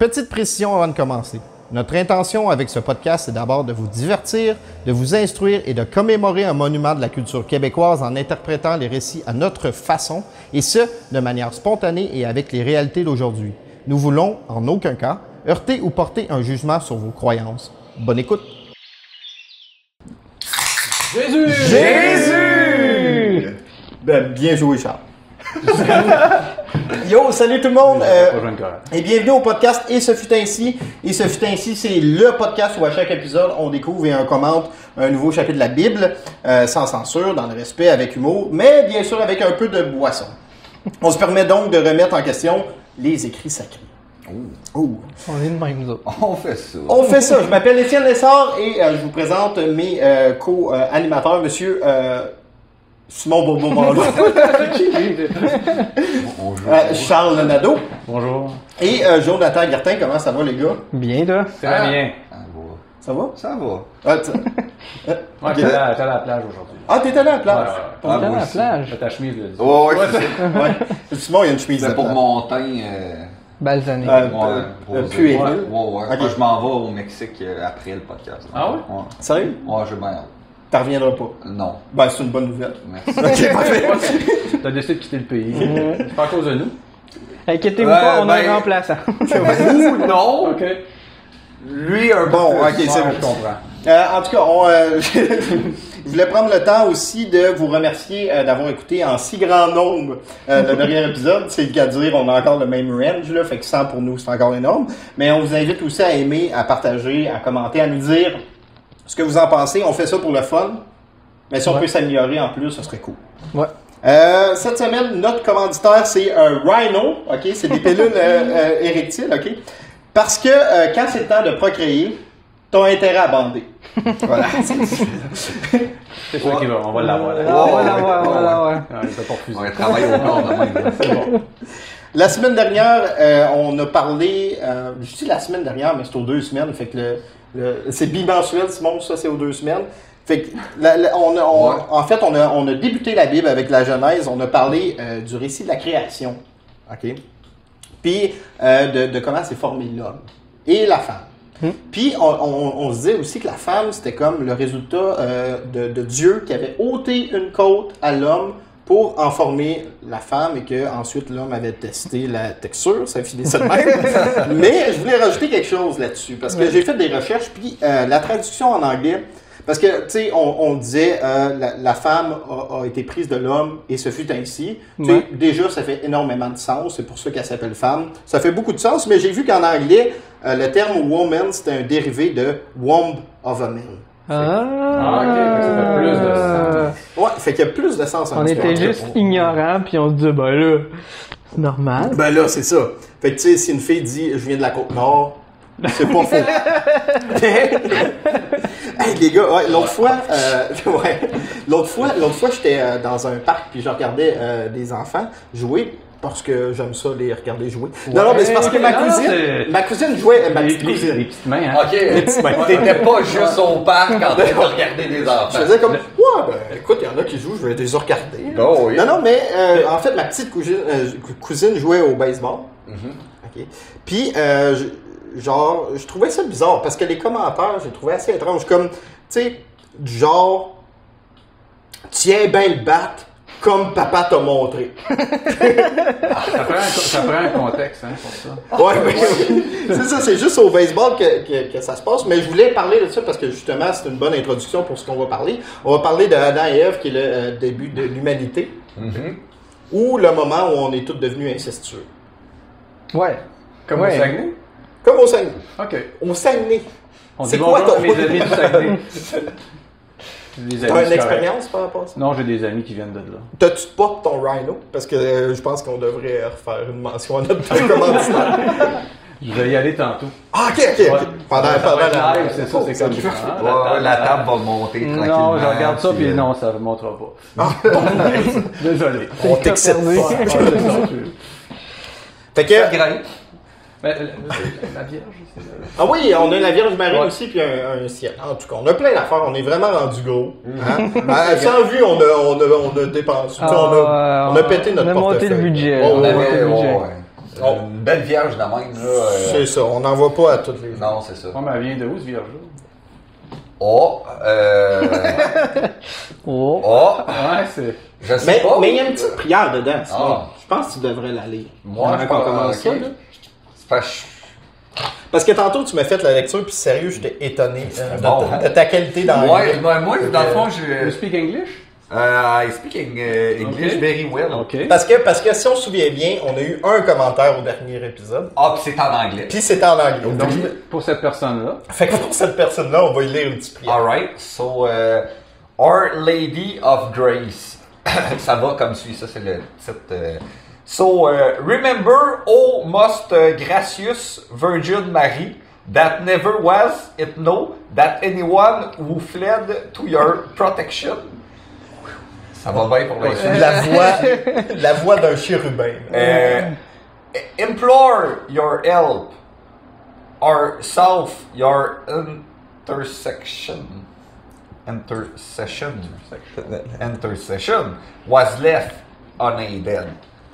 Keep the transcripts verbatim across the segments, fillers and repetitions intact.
Petite précision avant de commencer. Notre intention avec ce podcast est d'abord de vous divertir, de vous instruire et de commémorer un monument de la culture québécoise en interprétant les récits à notre façon, et ce, de manière spontanée et avec les réalités d'aujourd'hui. Nous voulons, en aucun cas, heurter ou porter un jugement sur vos croyances. Bonne écoute! Jésus! Jésus! Ben, bien joué, Charles. Yo, salut tout le monde euh, et bienvenue au podcast Et ce fut ainsi. Et ce fut ainsi, c'est le podcast où à chaque épisode, on découvre et on commente un nouveau chapitre de la Bible, euh, sans censure, dans le respect, avec humour, mais bien sûr avec un peu de boisson. On se permet donc de remettre en question les écrits sacrés. Oh. Oh. On est de même, nous. On fait ça. On fait ça. Je m'appelle Étienne Lessard et euh, je vous présente mes euh, co-animateurs, monsieur euh, Simon Bourbeau-Marleau. euh, Charles Nadeau. Bonjour. Et euh, Jonathan Gartin. Comment ça va, les gars? Bien, toi? Très ah, bien. Ça va? Ça va. Ah, euh, Moi, okay. j'étais à, à la plage aujourd'hui. Ah, t'étais allé à la plage? Ouais, ouais. T'étais ah, à la plage? Ta chemise, là. Oh, ouais, c'est ouais. Simon, il y a une chemise. C'est pour mon teint. Euh... Balsamique. Euh, ouais, euh, puéril. Ouais, ouais, ouais. Okay. Je m'en vais au Mexique euh, après le podcast. Ah ouais? ouais. Sérieux? Ouais, je vais bien. T'en reviendras pas? Non. Ben, c'est une bonne nouvelle. Merci. Ok, parfait. T'as décidé de quitter le pays. C'est pas à cause de nous. Inquiétez-vous euh, pas, on ben... a un remplaçant. Ouh, non! Ok. Lui, un bon, ok, c'est bon. Je comprends. Euh, en tout cas, on, euh, je voulais prendre le temps aussi de vous remercier euh, d'avoir écouté en si grand nombre euh, le dernier épisode. C'est le cas de dire, on a encore le même range, là, fait que cent pour nous, c'est encore énorme. Mais on vous invite aussi à aimer, à partager, à commenter, à nous dire ce que vous en pensez. On fait ça pour le fun, mais si on ouais. peut s'améliorer en plus, ça serait cool. Ouais. Euh, cette semaine, notre commanditaire, c'est un Rhino, ok? C'est des pilules euh, euh, érectiles, ok? Parce que euh, quand c'est le temps de procréer, t'as intérêt à bander. Voilà. C'est ça qui va, on va l'avoir. On va l'avoir, on va l'avoir. On va travailler au corps de même. C'est bon. La semaine dernière, euh, on a parlé, euh, je dis la semaine dernière, mais c'est aux deux semaines, fait que le, le, c'est bimensuel, Simon, ça c'est aux deux semaines. Fait que, la, la, on a, on, ouais. En fait, on a, on a débuté la Bible avec la Genèse, on a parlé euh, du récit de la création, ok? Puis euh, de, de comment s'est formé l'homme et la femme. Hmm. Puis on, on, on se disait aussi que la femme, c'était comme le résultat euh, de, de Dieu qui avait ôté une côte à l'homme pour en former la femme et que ensuite l'homme avait testé la texture, ça finit ça de même. Mais je voulais rajouter quelque chose là-dessus parce que oui. j'ai fait des recherches puis euh, la traduction en anglais, parce que tu sais, on, on disait euh, la, la femme a, a été prise de l'homme et ce fut ainsi. Ouais. Tu sais, déjà ça fait énormément de sens, c'est pour ça qu'elle s'appelle femme. Ça fait beaucoup de sens, mais j'ai vu qu'en anglais euh, le terme woman c'était un dérivé de womb of a man. Ah, ah ok, ça fait plus de sens. Ouais, fait qu'il y a plus de sens en On était juste ignorants, puis on se dit, ben là, c'est normal. Ben là, c'est ça. Fait que tu sais, si une fille dit, je viens de la Côte-Nord, c'est pas faux. Hey les gars, ouais, l'autre fois, euh, ouais, l'autre fois, l'autre fois, j'étais euh, dans un parc puis je regardais euh, des enfants jouer. Parce que j'aime ça les regarder jouer. Ouais. Non, non, mais c'est parce que ma cousine, non, ma cousine jouait, ma petite les, cousine. Les petites mains, hein. Ok, les petites mains. T'étais pas juste au parc en train de regarder des enfants. Je faisais comme, ouais, ben, écoute, il y en a qui jouent, je vais les regarder. Oh, oui. Non, non, mais euh, en fait, ma petite cousine, euh, cousine jouait au baseball. Mm-hmm. Ok. Puis, euh, je, genre, je trouvais ça bizarre parce que les commentaires, j'ai trouvé assez étrange. Comme, tu sais, du genre, tiens bien le bat. Comme papa t'a montré. ça, prend un, ça prend un contexte, hein, pour ça. Ouais, mais oui. C'est ça, c'est juste au baseball que, que, que ça se passe. Mais je voulais parler de ça parce que justement, c'est une bonne introduction pour ce qu'on va parler. On va parler de Adam et Ève, qui est le euh, début de l'humanité. Mm-hmm. Ou le moment où on est tous devenus incestueux. Ouais. Comme ouais. au Saguenay? Comme au Saguenay. OK. Au Saguenay. On c'est quoi ton... mes amis du Saguenay. T'as une expérience par rapport à ça? Non, j'ai des amis qui viennent de là. T'as-tu pas ton Rhino? Parce que euh, je pense qu'on devrait refaire une mention à notre commanditaire. Je vais y aller tantôt. Ah, ok, ok, ok. Ouais. Pendant, ça pendant la live, c'est ça, c'est comme ça. Ah, la, table, la table va monter tranquillement. Non, je regarde ça, puis non, ça ne montrera pas. Ah, désolé. On t'excite pas. Fait que... Mais, la Vierge, c'est... Ah oui, on a la Vierge Marie ouais. aussi, puis un, un ciel. En tout cas, on a plein d'affaires, on est vraiment rendu gros. Hein? À cent vues, on a, on a, on a dépensé, ah, on, a, on a pété notre portefeuille. On a monté le budget. Oh, on ouais, a monté ouais, le budget. Ouais. Oh. Une belle vierge de même, là. euh, C'est ça, on n'en voit pas à toutes les... Non, c'est ça. Ouais, mais elle vient de où, ce vierge-là? Oh, euh... Oh. oh, Ouais, c'est. je sais Mais pas. mais il y a une petite prière dedans, Simon. Ah. Je pense que tu devrais la lire. Moi, Avant je qu'on pense- commence ça, ok. là. C'est parce que je- Parce que tantôt, tu m'as fait la lecture, puis sérieux, j'étais étonné euh, de, Bon. ta, de ta qualité dans Ouais, le moi, moi, dans le fond, You je. speak English? Uh, I speak in, uh, English Ok. very well. Ok. Parce que, parce que si on se souvient bien, on a eu un commentaire au dernier épisode, Ah, puis c'est en anglais. puis c'était en anglais. Donc, Pour cette personne-là. fait que pour cette personne-là, on va y lire une petite prière. Alright, so, uh, Our Lady of Grace. Ça va comme suit, ça c'est le titre. euh. So, uh, remember, O most uh, gracious Virgin Mary, that never was it know that anyone who fled to your protection. Ça va bien pour l'instant. La voix, la voix d'un chérubin. Uh, implore your help, or self your intersection. Intercession. Intercession was left unaided.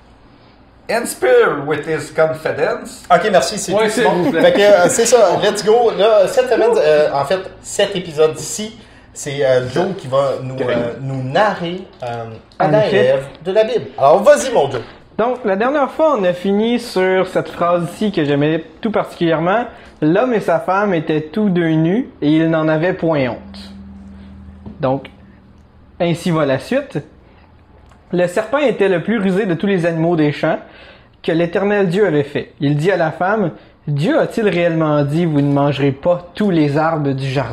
Inspire with his confidence. Ok, merci, c'est Ouais, tout, s'il Simon. vous plaît. Fait que euh, c'est ça, let's go. Là, cette semaine, euh, en fait, cet épisode ici, c'est euh, Joe qui va nous, euh, nous narrer euh, Adam et Ève de la Bible. Alors, vas-y, mon Joe. Donc, la dernière fois, on a fini sur cette phrase ici que j'aimais tout particulièrement. L'homme et sa femme étaient tous deux nus et ils n'en avaient point honte. Donc, ainsi va la suite. Le serpent était le plus rusé de tous les animaux des champs que l'Éternel Dieu avait fait. Il dit à la femme, « Dieu a-t-il réellement dit, vous ne mangerez pas tous les arbres du jardin? »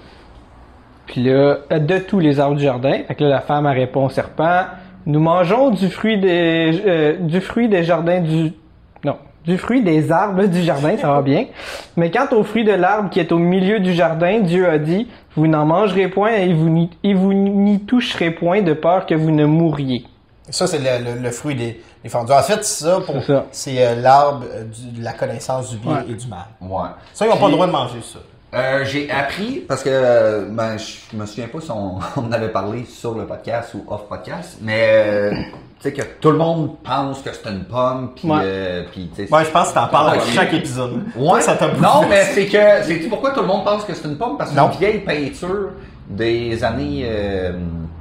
Puis là, de tous les arbres du jardin. Fait que là, la femme a répondu au serpent, « Nous mangeons du fruit des, euh, du fruit des jardins du... Non, du fruit des arbres du jardin, ça va bien. Mais quant au fruit de l'arbre qui est au milieu du jardin, Dieu a dit, vous n'en mangerez point et vous n'y, et vous n'y toucherez point de peur que vous ne mouriez. » Ça, c'est le, le, le fruit des, des fendus. En fait, c'est ça, pour, C'est ça. c'est euh, l'arbre euh, du- de la connaissance du bien Ouais. et du mal. Ouais. Ça, ils n'ont pas Puis- le droit de manger ça. Euh, j'ai appris, parce que euh, ben, je me souviens pas si on, on en avait parlé sur le podcast ou off podcast, mais euh, tu sais que tout le monde pense que c'est une pomme, puis Ouais. euh, puis, tu sais. Ouais, je pense que t'en parles à Ouais. chaque épisode. Ouais. Ça t'a Non, bouleversé. mais c'est que, c'est pourquoi tout le monde pense que c'est une pomme? Parce que c'est Non. une vieille peinture des années euh,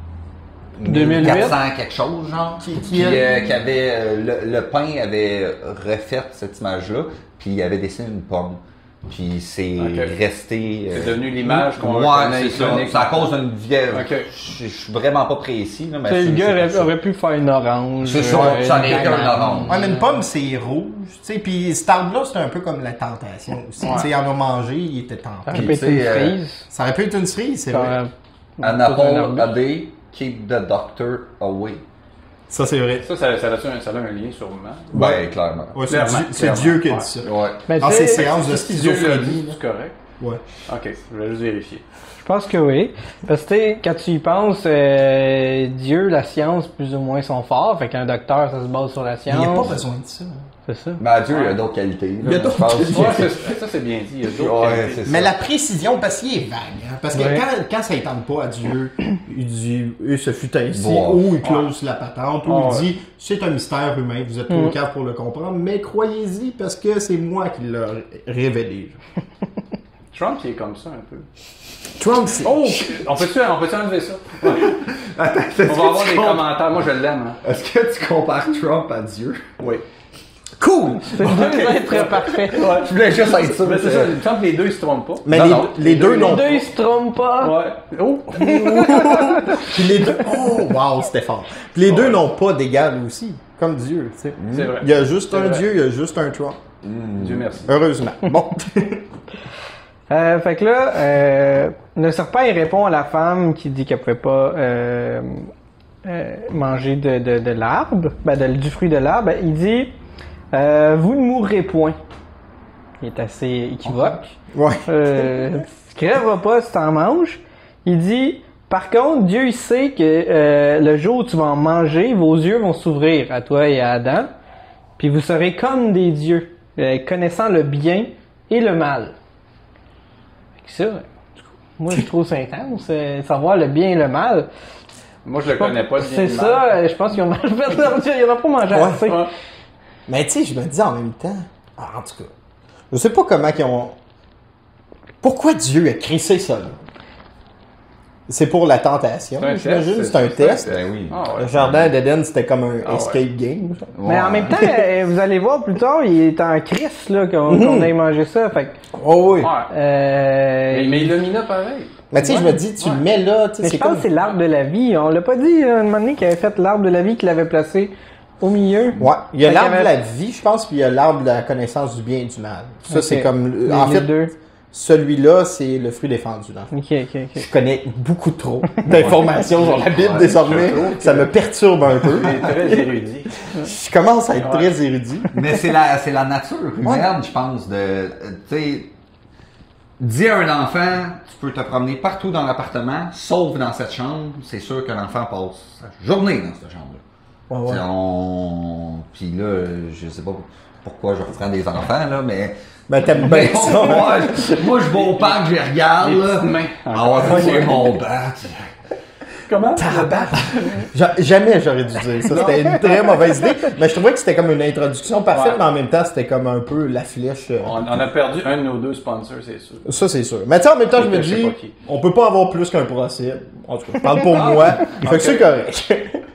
deux mille huit. mille quatre cents quelque chose, genre. Qui- qui Puis, a- euh, qui avait, euh, le, le pain avait refait cette image-là, puis il avait dessiné une pomme. Puis c'est Ok. resté. C'est devenu l'image qu'on Ouais, reconnaît c'est ça. iconique. C'est à cause d'une vieille. Ok. Je je suis vraiment pas précis, là, mais Tu sais, c'est- le gars c'est aurait, ça. aurait pu faire une orange. C'est ça, euh, ça aurait une été un banane. orange. Ouais, mais une pomme, c'est rouge, tu sais, puis cet arbre-là, c'est un peu comme la tentation aussi. Tu sais, il en a mangé, il était Ça tenté. aurait pu Puis, être tu une sais, euh, frise. Ça aurait pu être une cerise, c'est Ça vrai. aurait- An tout un apple arbuste. a day, keep the doctor away. Ça, c'est vrai. Ça, ça, ça, a un, ça a un lien sûrement. Ouais, clairement. Ouais, c'est Clairement, Dieu, c'est clairement. Dieu qui a Ouais. dit ça. Ouais. Ben, Dans tu ces sais, séances de Si Dieu l'a schizophrénie. dit, là. c'est correct. Ouais. Ok, je vais juste vérifier. Je pense que oui. Parce que tu sais, quand tu y penses, euh, Dieu, la science, plus ou moins, sont forts. Fait qu'un docteur, ça se base sur la Mais il n'y a science. pas besoin de ça. C'est ça. Mais Dieu, il y a d'autres qualités. là, Il y a d'autres je pense. qualités. Ouais, c'est- ça, c'est bien dit. Il y a d'autres Ouais, qualités. c'est ça. Mais la précision, parce qu'il est vague. Hein, parce que Ouais. quand, quand ça ne tente pas à Dieu, il dit et ce fut ainsi, Bon. ou il close la patente, ou Ouais. il dit c'est un mystère humain, vous êtes trop Mm. cave pour le comprendre, mais croyez-y parce que c'est moi qui l'ai révélé. Trump, il est comme ça un peu. Trump, c'est. Oh! On peut-tu on peut enlever ça? Ouais. On va avoir des commentaires. Moi, je l'aime. Hein. Est-ce que tu compares Trump à Dieu? Oui. Cool! C'est deux êtres parfaits. Ouais. Je voulais juste être ça. Mais c'est ça, il me semble que les deux, ils se trompent pas. Mais Non, les, non. les deux Les non. deux, ils se trompent pas. Ouais. Oh! Puis les deux. Oh, wow, c'était fort. Puis les deux n'ont pas d'égal aussi, comme Dieu. Tu sais. C'est vrai. Il y a juste C'est un vrai. Dieu, il y a juste un Trump. Dieu merci. Heureusement. Bon. Euh, fait que là, euh, le serpent, il répond à la femme qui dit qu'elle pouvait pas euh, euh, manger de, de, de l'arbre, ben, de- du fruit de l'arbre. Il dit, euh, vous ne mourrez point. Il est assez équivoque. Ouais. Euh, tu crèveras pas si t'en manges. Il dit, par contre, Dieu il sait que euh, le jour où tu vas en manger, vos yeux vont s'ouvrir à toi et à Adam, puis vous serez comme des dieux, euh, connaissant le bien et le mal. Fait que ça, moi je trouve ça intense, euh, savoir le bien et le mal. Moi, je le connais pas. le bien C'est et le mal. ça, euh, je pense qu'ils ont mal fait leur Dieu, ils n'ont pas mangé Ouais. assez. Ouais. Mais tu sais, je me dis en même temps, ah, en tout cas, je sais pas comment ils ont... Pourquoi Dieu a crissé ça, là? C'est pour la tentation, C'est un j'imagine. test, C'est un c'est- test. Ben oui. Ah ouais. Le jardin d'Éden, c'était comme un Ah ouais. escape game. genre. Mais en même temps, euh, vous allez voir plus tard, il est en crise là, qu'on Mhm. qu'on ait mangé ça. Fait que, Oh oui. Ouais. euh, Mais, mais il l'a mis là pareil. Mais tu sais, je me dis, tu Ouais. le mets là, tu sais, mais c'est je pense comme... que c'est l'arbre de la vie. On l'a pas dit euh, un moment donné qu'il avait fait l'arbre de la vie qu'il avait placé au milieu. Ouais, il y a Fait l'arbre qu'il y de avait- la vie, je pense, puis il y a l'arbre de la connaissance du bien et du mal. Ça, Ok. c'est comme... Les- En les fait, deux. celui-là, c'est le fruit défendu. Dans le fond. Ok, ok, ok. Je connais beaucoup trop d'informations sur la Bible désormais. Ça me perturbe un peu. Il est très érudit. Je commence à être Ouais. très érudit. Mais c'est la, c'est la nature humaine, je pense, de, euh, tu sais, dis à un enfant, tu peux te promener partout dans l'appartement, sauf dans cette chambre, c'est sûr que l'enfant passe sa journée dans cette chambre-là. Ouais, ouais. Tu sais, on... Puis là, je sais pas pourquoi je reprends des enfants, là, mais... Ben, t'aimes bien Mais ça. moi, je, moi, je vais au parc, je les regarde, Les là. petites mains. Ah ouais, c'est mon bat. Comment? Ja- Jamais j'aurais dû dire ça. C'était une très mauvaise idée. Mais je trouvais que c'était comme une introduction parfaite, Ouais. mais en même temps, c'était comme un peu la flèche. euh, On, on a perdu un de nos deux sponsors, c'est sûr. Ça, c'est sûr. Mais tu sais, en même temps, je me Je sais dis, pas qui. on peut pas avoir plus qu'un procès. En tout cas, je parle pour moi. Il fait que c'est correct.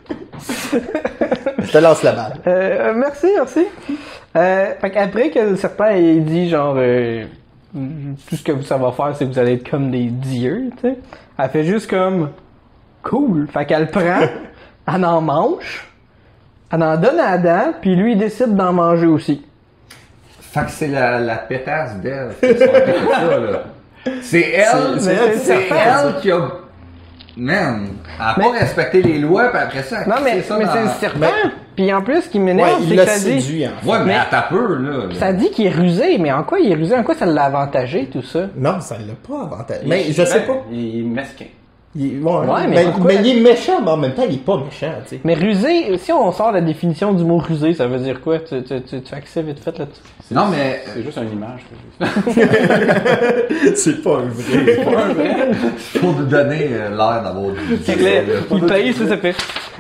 Je te lance la balle. Euh, merci, merci. Euh, fait qu'après que le serpent ait dit genre euh, tout ce que vous savez faire, c'est que vous allez être comme des dieux, tu sais. Elle fait juste comme cool. Fait qu'elle prend, elle en mange, elle en donne à Adam, puis lui il décide d'en manger aussi. Fait que c'est la, la pétasse d'elle qui s'est sortie de ça, là. C'est elle, C'est- c'est c'est elle, c'est c'est elle qui a... Man, elle a Mais- pas respecté les lois, puis après ça, elle a Non mais, crissé ça mais dans- c'est le serpent. Mais- Puis en plus, ce qui Ouais, m'énerve, c'est il que l'a ça dit, séduit, en fait. Ouais, mais, Mais- à ta peu, là. là. ça dit qu'il est rusé, mais en quoi il est rusé? En quoi ça l'a avantagé tout ça? Non, ça l'a pas avantage. Mais je sais Ben, pas. Il est mesquin. Il, est- ouais, Ouais, mais mais, pourquoi- mais il est méchant, mais en même temps, il est pas méchant, tu sais. Mais rusé, si on sort la définition du mot rusé, ça veut dire quoi? Tu, tu, tu, tu accès vite fait là-dessus? Non, mais... C'est juste une image. que j'ai. C'est pas un vrai. C'est pas un vrai. Faut nous donner euh, l'air d'avoir du... C'est clair. Il paye, ça, ça fait.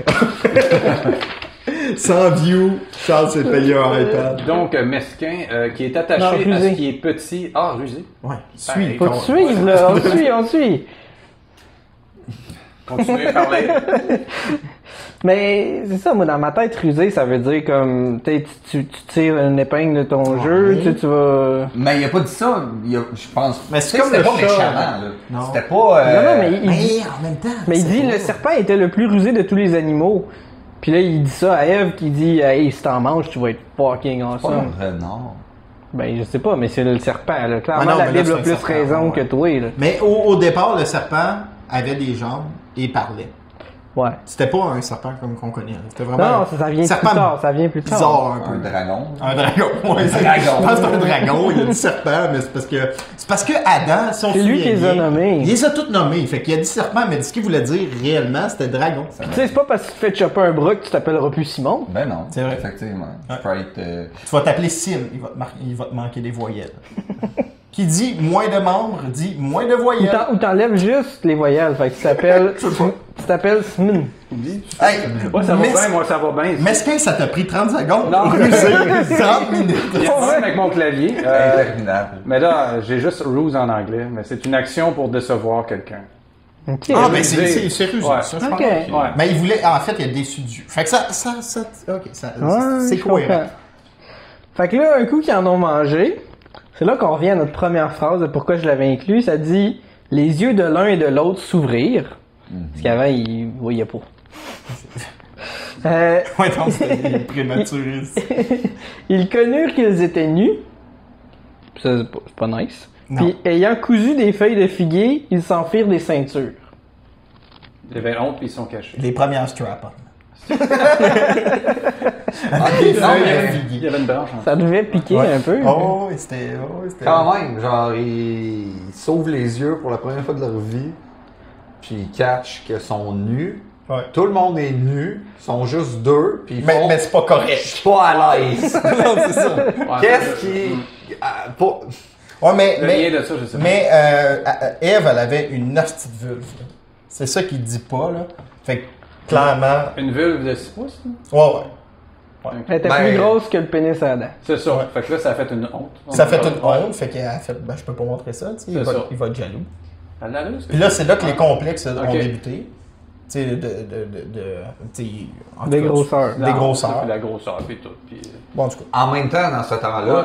Sans view, Charles s'est payé un iPad. Donc, euh, mesquin, euh, qui est attaché Non, à rusé. ce qui est petit. Ah, rusé. Ouais, suis. Faut te suivre, là. On suit, on suit. Continuez à parler. Mais c'est ça, moi, dans ma tête, rusé, ça veut dire comme, tu sais, tu tu tires une épingle de ton jeu, tu sais, tu vas. Mais il a pas dit ça, il a- je pense. Mais c'est Tu sais, comme c'était le pas chat, méchamment, là. là. Non. C'était pas... euh, Non, non, mais il, il dit, Mais en même temps. mais il c'est dit pas- le serpent était le plus rusé de tous les animaux. Puis là, il dit ça à Ève, qui dit, hey, si t'en manges, tu vas être fucking Pas awesome. un renard. Ben, je sais pas, mais c'est le serpent, là. Clairement, Ah non, la mais là, Bible a c'est plus un serpent, raison ouais. que toi, là. Mais au, au départ, le serpent avait des jambes et parlait. Ouais. C'était pas un serpent comme qu'on connaît. là. C'était vraiment Non, ça, ça vient serpent plus tard, ça vient plus tard. bizarre un Un peu. dragon. Un dragon. Ouais, c'est- dragon. Je pense que c'est un dragon. Il y a du serpent, mais c'est parce que c'est parce que Adam, si on C'est se lui souvient qui les a bien, nommés. Il les a tous nommés. Fait qu'il a dit serpent, mais ce qu'il voulait dire réellement, c'était dragon. Tu sais, c'est pas parce que tu te fais chopper un bras que tu t'appelleras plus Simon. Ben non. C'est vrai. Effectivement. Ouais. Tu peux être, euh, Tu vas t'appeler Sim. Il va te, mar- il va te manquer des voyelles. Qui dit moins de membres, dit moins de Ou voyelles. t'en- ou t'enlèves juste les voyelles, fait que tu t'appelles. Tu t'appelles Smin. Hey, Ouais, ça va mais- bien, moi, ça va bien. Mesquin, ça t'a pris trente secondes. Non. Rusé, trente minutes. Il y a un problème avec mon clavier. Euh, interminable. mais là, j'ai juste ruse en anglais. Mais c'est une action pour décevoir quelqu'un. Ok. Ah, je ben c'est veux c'est dire- c'est rusé, Ouais. ça, je Ok. pense. Ouais. Mais il voulait, en fait, il a déçu Dieu. Fait que ça, ça, ça, ok, ça, Ouais, c'est je cohérent. comprends. Fait que là, un coup qu'ils en ont mangé, c'est là qu'on revient à notre première phrase de pourquoi je l'avais inclus. Ça dit les yeux de l'un et de l'autre s'ouvrirent. Parce qu'avant, ils voyaient pas. euh, Ouais, non, c'était prématuré. ils connurent qu'ils étaient nus. Puis ça, c'est pas, c'est pas nice. Non. Puis ayant cousu des feuilles de figuier, ils s'en firent des ceintures. Ils avaient honte puis ils sont cachés. Les premières strap-on. Ah, Des non, feuilles mais- de Il y figuier. avait une branche en Ça devait piquer Ouais. un peu. Oh, oui, c'était. Oh, oui, c'était- Quand même, genre, ils ils s'ouvrent les yeux pour la première fois de leur vie, puis ils catchent qu'ils sont nus. Ouais. Tout le monde est nu, ils sont juste deux, puis ils Mais, font mais c'est pas « Je correct. suis pas à l'aise non, c'est ça. Ouais, ». Qu'est-ce ça, qui... mm. ah, pas- Ouais, mais. Le mais lien de ça, je sais pas. Mais euh, euh, Ève, elle avait une hostie de vulve. là. C'est ça qu'il dit pas, là. Fait que, clairement. Une vulve de six pouces? là? Ouais, ouais. Ouais. Elle était Ben, plus grosse que le pénis à Adam. C'est ça. Ouais. Fait que là, ça a fait une honte. Ça fait une honte, fait qu'elle a fait, ben, je peux pas montrer ça, tu sais, il, C'est va- ça. il va être jaloux. Elle l'a lu, ce que Puis là, c'est là que les complexes ont Ok. débuté. Tu sais, de. de, de, de tu sais, en tout Des cas, grosseurs. Des grosseurs. Puis la grosseur, puis tout. Puis, euh, Bon, en tout cas. En même temps, dans ce temps-là,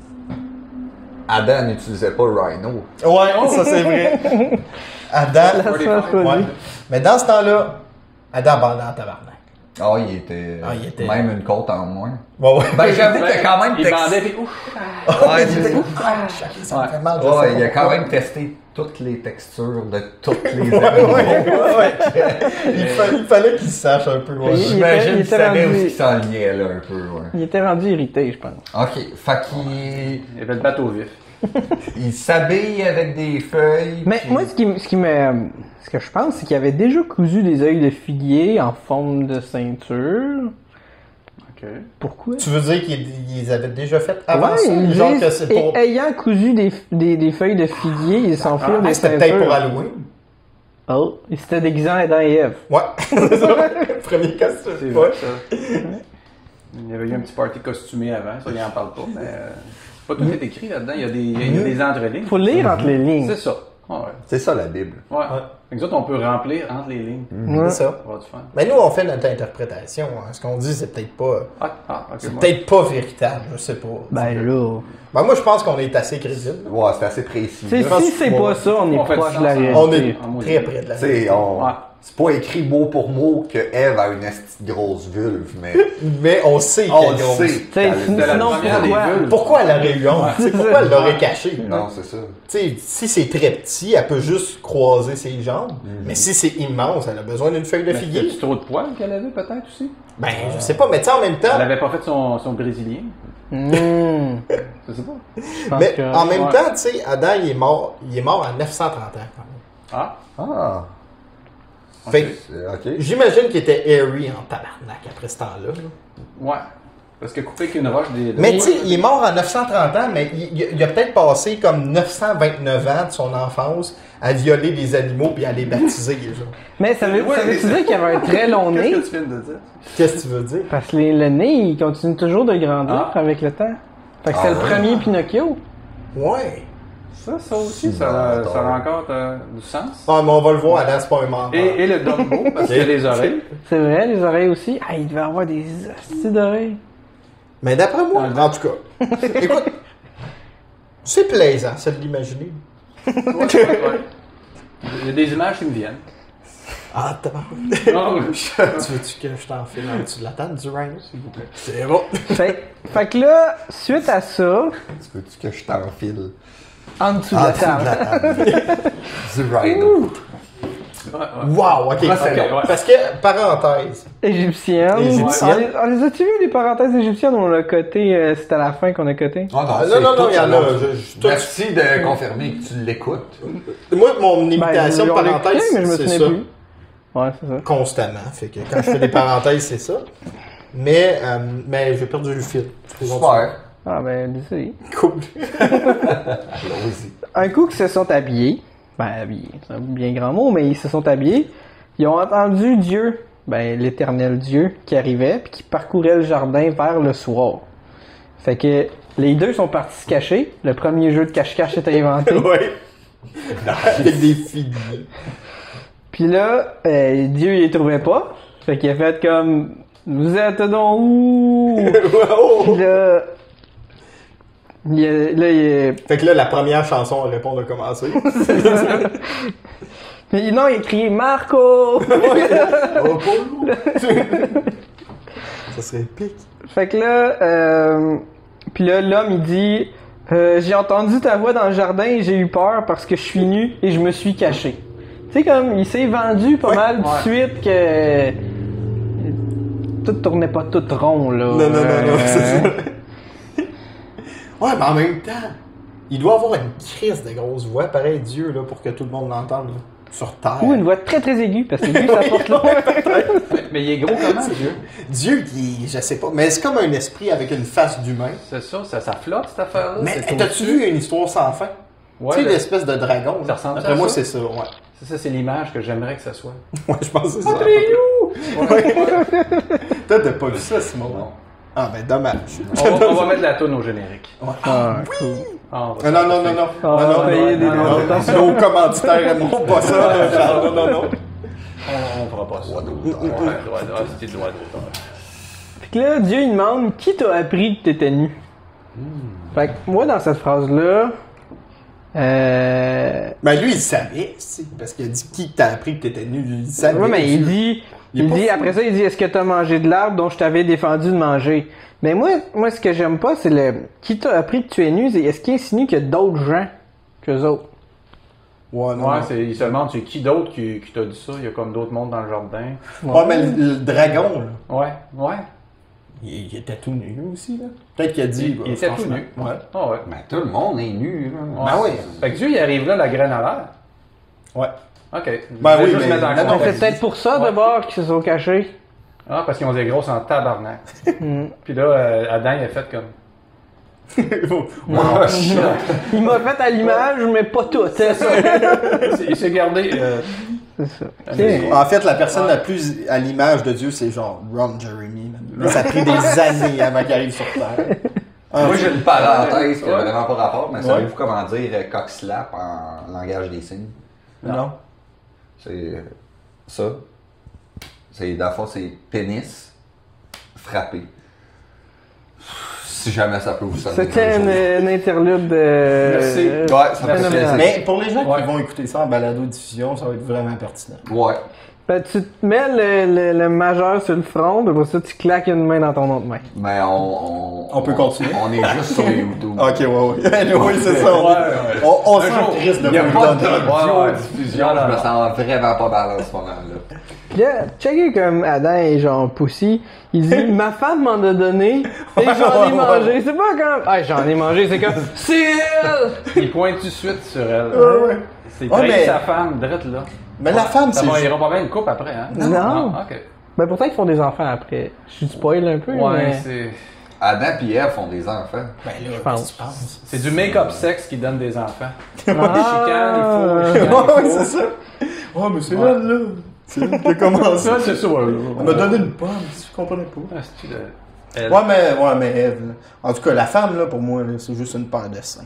Adam n'utilisait pas Rhino. Ouais, ça c'est vrai. Adam. La sauce au Ouais. lit. Mais dans ce temps-là, Adam bandait en tabarnak. Ah, il était. Ah, il était- Même une côte en moins. Ouais, ouais. Ben, j'avoue qu'il a quand même il testé. bandait, puis ouf! Ouais, il était c'est- ah, ça me fait mal. je Ouais, sais il a pas quand pourquoi. même testé toutes les textures de toutes les Ouais, animaux. ouais, ouais, ouais. il, fa- il fallait qu'il sache un peu. Ouais. Il- il- J'imagine était- qu'il savait rendu- où il s'enlignait là un peu, ouais. Il était rendu irrité, je pense. Ok, fait qu'il Il avait le bateau vif. il s'habille avec des feuilles. Mais puis- moi, ce qui, m- ce qui me. Ce que je pense, c'est qu'il avait déjà cousu des œils de figuier en forme de ceinture. OK. Pourquoi? Tu veux dire qu'ils ils avaient déjà fait avant Ouais, ça? ils Genre disent, que c'est pour. et ayant cousu des, des, des feuilles de figuier, ils s'enfilent Ah, des c'était ceintures. peut-être pour Halloween. Oh, ils s'étaient déguisés en Adam et Ève. Ouais, c'est ça. Premier costume. C'est Ouais. vrai, ça. Il y avait eu un petit party costumé avant, ça, il n'en parle pas, mais euh, pas tout est écrit là-dedans. Il y a des, il y a des entrelignes. Faut lire entre les lignes. C'est ça. Ouais. C'est ça la Bible. Ouais. Fait que nous autres, on peut remplir entre les lignes. Ouais. C'est ça. Ça va avoir du fun. Mais nous, on fait notre interprétation. hein. Ce qu'on dit, c'est peut-être pas. Ah, ah ok. C'est moi. peut-être pas véritable, je sais pas. Ben là. Ben, moi, je pense qu'on est assez crédible. Ouais, c'est assez précis. Tu sais, là. pense si que- c'est ouais. pas ça, on est On fait proche du de la sens, hein. réalité. On est Ah, moi, très j'ai- près de la Tu sais, vérité. on... Ouais. c'est pas écrit mot pour mot que Eve a une esti de grosse vulve, mais Mais on sait on qu'elle le est grosse. sait. Tu sais, qu'elle- sinon, C'était la première des pourquoi? vulves. Pourquoi elle aurait eu honte? Tu sais, pourquoi elle l'aurait caché? Non, c'est ça. Tu sais, si c'est très petit, elle peut juste croiser ses jambes. Mais si c'est immense, elle a besoin d'une feuille de Mais figuier. c'était-tu trop de poils qu'elle avait peut-être aussi? Ben, je sais pas, mais tu sais, en même temps. Elle avait pas fait son, son brésilien. Hmm. Je sais pas. Je pense Mais que- en même ouais. temps, tu sais, Adam, il est mort, il est mort à neuf cent trente ans. quand même. Ah, Ah, Fait que c'est- ok. j'imagine qu'il était airy en tabarnak après ce temps-là. là. ouais. Parce que couper avec une roche des. Mais tu sais, il est mort à neuf cent trente ans, mais il, il- il a peut-être passé comme neuf cent vingt-neuf ans de son enfance à violer des animaux puis à les baptiser. genre. Mais ça veut, Ouais, ça veut mais- dire qu'il y avait un très long Qu'est-ce nez? que tu viens de dire? Qu'est-ce que tu veux dire? Parce que les- le nez, il continue toujours de grandir Ah. avec le temps. Fait que Ah c'est le ouais. premier Pinocchio. Ouais. Ça, ça aussi, Si, ça, non, ça a attends. encore euh, du sens. Ah, mais on va le voir, Adam, c'est pas un menteur. Et, et le Dumbo, parce qu'il y a les oreilles. C'est vrai, les oreilles aussi. Ah, il devait avoir des hosties d'oreilles. Mais d'après moi, Dans le- en tout cas, écoute, c'est plaisant, ça de l'imaginer. Ouais, ouais, ouais. Il y a des images qui me viennent. Ah, t'as Non, Tu veux-tu que je t'enfile en dessous de la table du rhino, s'il vous plaît? C'est bon. Fait, fait que là, suite à ça, Tu veux-tu que je t'enfile? en dessous de En la dessous de table. la table. Du rhino. ouais, ouais. Wow, ok. Procédons. Ok, ouais. Parce que, parenthèse, Égyptienne. Égyptienne. On les- On les a-tu vu les parenthèses égyptiennes? On l'a coté, euh, c'était à la fin qu'on a coté. Ah, Ah, c'est non, non, non, tout il y en a. long. je- je- tout- Merci de confirmer que tu l'écoutes. moi, mon imitation Ben, de on l'a parenthèse, écouté, mais je me c'est souviens ça. plus. Ouais, c'est ça. Constamment. Fait que quand je fais des parenthèses, c'est ça. Mais, euh, mais j'ai perdu le fil. Super. Ah ben, désolé. Cool. Allons-y. Un coup qu'ils se sont habillés, ben habillés, c'est un bien grand mot, mais ils se sont habillés, ils ont entendu Dieu, ben l'éternel Dieu, qui arrivait, puis qui parcourait le jardin vers le soir. Fait que les deux sont partis se cacher, le premier jeu de cache-cache était inventé, Ouais. Avec des filles. puis là, euh, Dieu il les trouvait pas, fait qu'il a fait comme, vous êtes donc où? Oh! Puis là, il a- là, il a- Fait que là, la première chanson à répondre a commencé. Mais non, il a crié Marco! Oh, Polo! Ça serait épique. Fait que là, euh, puis là, l'homme il dit euh, j'ai entendu ta voix dans le jardin et j'ai eu peur parce que je suis nu et je me suis caché. Tu sais, comme il s'est vendu pas Ouais, mal de ouais. suite que tout tournait pas tout rond là. Non, non, non, non, Euh, c'est ça. Ouais, mais en même temps, il doit avoir une crise de grosse voix, pareil Dieu, là, pour que tout le monde l'entende, là, sur Terre. Ou une voix très très aiguë parce que lui ça porte loin. Mais, mais il est gros comment, Dieu? Dieu, il, je sais pas, mais c'est comme un esprit avec une face d'humain. C'est ça, ça, ça flotte cette affaire-là. Mais c'est hey, t'as-tu vu une histoire sans fin? Ouais, tu sais, le- l'espèce de dragon. Ça là. ressemble Après à moi, ça? c'est ça, ouais. C'est ça, c'est l'image que j'aimerais que ça soit. Ouais, je pense que c'est ça. à peu près. Ouais. Toi, t'as pas vu ça, Simon? Non. Ah, ben dommage. On va, on va mettre la toune au générique. Ah, cool. Ah, on va Non, se non, non, faire non, non. Ah, Non, non, payer non, des non, droits non. d'auteur. Nos commanditaires aimeront pas ça. là, Charles. Non, non, non. On, on fera pas ça. Ouais, droit d'auteur. C'était le droit d'auteur. Fait que là, Dieu il demande qui t'a appris que t'étais nu. Fait que moi, dans cette phrase-là, euh. Ben lui, il savait, c'est parce qu'il a dit qui t'a appris que t'étais nu. Il savait. Ouais, mais il Dieu. dit. Il est Il pas dit fou. après ça, il dit est-ce que t'as mangé de l'arbre dont je t'avais défendu de manger? Mais moi, moi, ce que j'aime pas, c'est le. Qui t'a appris que tu es nu? C'est est-ce qu'il insinue qu'il y a d'autres gens qu'eux autres? Ouais, non. Ouais, non. c'est, il se demande c'est qui d'autre qui, qui t'a dit ça. Il y a comme d'autres mondes dans le jardin. Ouais, mais le, le dragon, là, Ouais, ouais. il, il était tout nu aussi, là. Peut-être qu'il a dit. Il- bah, il était tout franchement, nu. Ouais. Ah ouais. Mais tout le monde est nu. Là. Ouais. Ben oui. Fait que Dieu, il arrive là, la graine à l'air. Ouais. Ok. Ben Je vais oui, juste mais- mettre en non, non, contexte. C'est peut-être pour ça Ouais. d'abord qu'ils se sont cachés. Ah, parce qu'ils ont des grosses en tabarnak. Hmm. Puis là, euh, Adam, il a fait comme. Oh, shit. Il m'a fait à l'image, mais pas tout. C'est ça. Il s'est gardé. euh, C'est ça. Mais- En fait, la personne la plus à l'image de Dieu, c'est genre Ron Jeremy. man. Ça a pris des années avant qu'il arrive sur Terre. Ah, Moi, j'ai une parenthèse qui n'a Ouais. vraiment pas rapport, mais Ouais. savez-vous comment dire euh, cock slap en langage des signes? non. C'est euh, ça. C'est, dans le fond, c'est pénis frappé. Si jamais ça peut vous sonner. C'était comme une, ça. une interlude de. Merci. Ouais, ça fait Merci. plaisir. Mais pour les gens Ouais. qui vont écouter ça en balado-diffusion, ça va être vraiment pertinent. Ouais. Ben, tu te mets le, le, le majeur sur le front, puis pour ça, tu claques une main dans ton autre main. Mais on, on, On peut continuer? On est juste sur YouTube. Ok, ouais, ouais. oui, c'est ça. On, Ouais, est- ouais. on, on Un s'en jour, crisse de Il n'y a vous pas le donner. d'audio Ouais, ouais. diffusion, Non, non, je me non. sens vraiment pas mal en ce moment-là. Pis là, checker comme Adam est genre pussy. Il dit ma femme m'en a donné et j'en ai ouais, mangé. C'est pas comme ah j'en ai mangé, c'est comme c'est elle. Il pointe tout de suite sur elle. Ouais, ouais. C'est Ouais, trahi mais- sa femme, drette là. Mais la femme, Ça c'est. va, ju- ils auront pas bien une coupe après, hein? Non. ok. Ben pourtant ils font des enfants après. Je suis spoil un peu Ouais, mais c'est. Adam et Ève font des enfants. Ben là, pense. qu'est-ce que tu penses? C'est du make-up sexe qui donne des enfants. Ah. Il chicane, il faut, il chicane, Ouais, il faut. c'est ça. Ouais, mais c'est Ouais. elle, là. C'est elle qui a commencé. Ça, c'est ça, ouais. Elle m'a donné une pomme, si je comprenais pas. Ah, c'est-tu de- Elle. Ouais, mais, ouais, mais Ève, là. En tout cas, la femme, là, pour moi, là, c'est juste une paire de seins.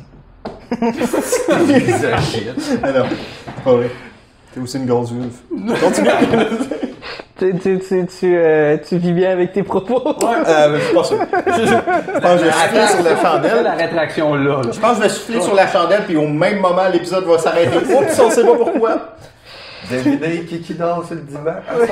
Shit. Ah non, c'est pas vrai. T'es aussi une grosse vulve. Continue. tu, tu, tu, tu, euh, tu vis bien avec tes propos. Euh, mais je suis pas sûr. Je, je- je pense que je vais souffler sur la C'est chandelle. la rétraction là. là. Je pense que je vais souffler sur la chandelle, puis au même moment, l'épisode va s'arrêter. Oups, on sait pas pourquoi. Devinez qui qui danse sur le divan.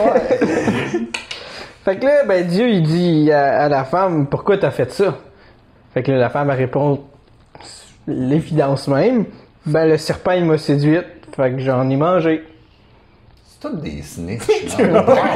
Fait que là, ben Dieu il dit à, à la femme pourquoi t'as fait ça? Fait que là, la femme elle répond l'évidence même. Ben le serpent il m'a séduite, fait que j'en ai mangé. C'est tout des snitch. C'est pas moi,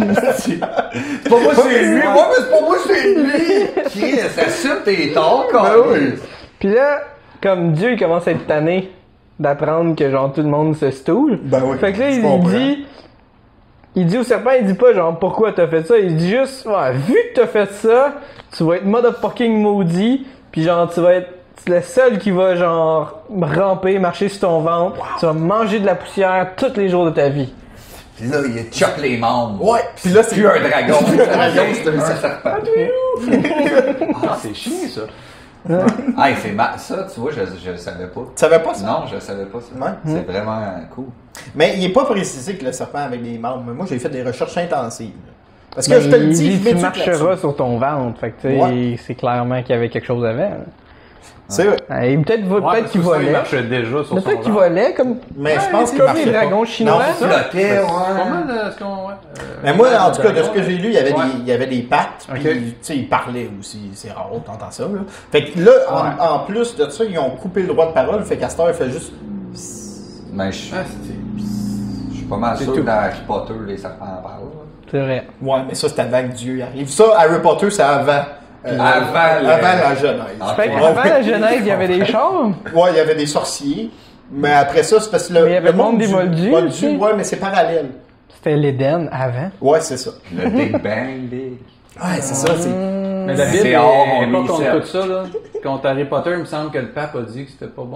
c'est lui. Moi, mais c'est pas moi, c'est lui. Qui est? Ça suit tes torts, quand même. Puis là, comme Dieu il commence à être tanné d'apprendre que genre tout le monde se stoule. Ben oui, Fait que là, je il, comprends. dit. Il dit au serpent, il dit pas genre pourquoi t'as fait ça, il dit juste ouais, vu que t'as fait ça, tu vas être motherfucking maudit, puis genre tu vas être le seul qui va genre ramper, marcher sur ton ventre, tu vas manger de la poussière tous les jours de ta vie. Puis là, il chope les membres. Ouais, puis là, c'est Plus un dragon. Un dragon, c'est un serpent. Ah, c'est chiant ça. Hey, c'est ma... Ça, tu vois, je, je le savais pas. Tu savais pas ça? Non, je savais pas ça. Ouais. C'est vraiment cool. Mais il n'est pas précisé que le serpent avec des membres. Mais moi, j'ai fait des recherches intensives. là. Parce que Mais je te le il dis, dit je tu m'éduque marcheras là-dessus. sur ton ventre, fait que tu sais, Ouais. c'est clairement qu'il y avait quelque chose avant. là. C'est vrai. Et peut-être Ouais, peut-être parce qu'il que ça, il volait. marchait déjà sur son Peut-être qu'il genre. volait comme Mais je pense qu'il comme marchait les pas. dragons chinois. Non, c'est ça. Flottait, C'est pas ouais. mal euh, ce qu'on. Ouais. Euh, Mais moi, en le tout cas, de ce dragon, que j'ai lu, il y avait, Ouais. des, il y avait des pattes, puis Ok. tu sais, il parlait aussi. C'est rare, t'entends ça. Là. Fait que là, en, Ouais. en plus de ça, ils ont coupé le droit de parole. Fait qu'Astor, il fait juste. Mais je Ah, c'est. je suis pas mal C'est sûr tout. que dans Harry Potter, les serpents en parlent. C'est vrai. Ouais, mais ça, c'est avant que Dieu y arrive. Ça, Harry Potter, c'est avant. euh, Avant le- avant la Genèse. Ah, Fait Ouais, qu'avant ouais. la Genèse, il y avait des chars. Ouais, il y avait des sorciers. Mais après ça, c'est parce que le, Mais il y avait le le monde monde des du- moldus Moldus, aussi. ouais, mais c'est parallèle. C'était l'Éden avant. Ouais, c'est ça. Le Big Bang, Big. Ouais, c'est ça. C'est... Mais la Bible C'est est hors, est on pas lit contre ça. tout ça, là. Contre Harry Potter, il me semble que le pape a dit que c'était pas bon.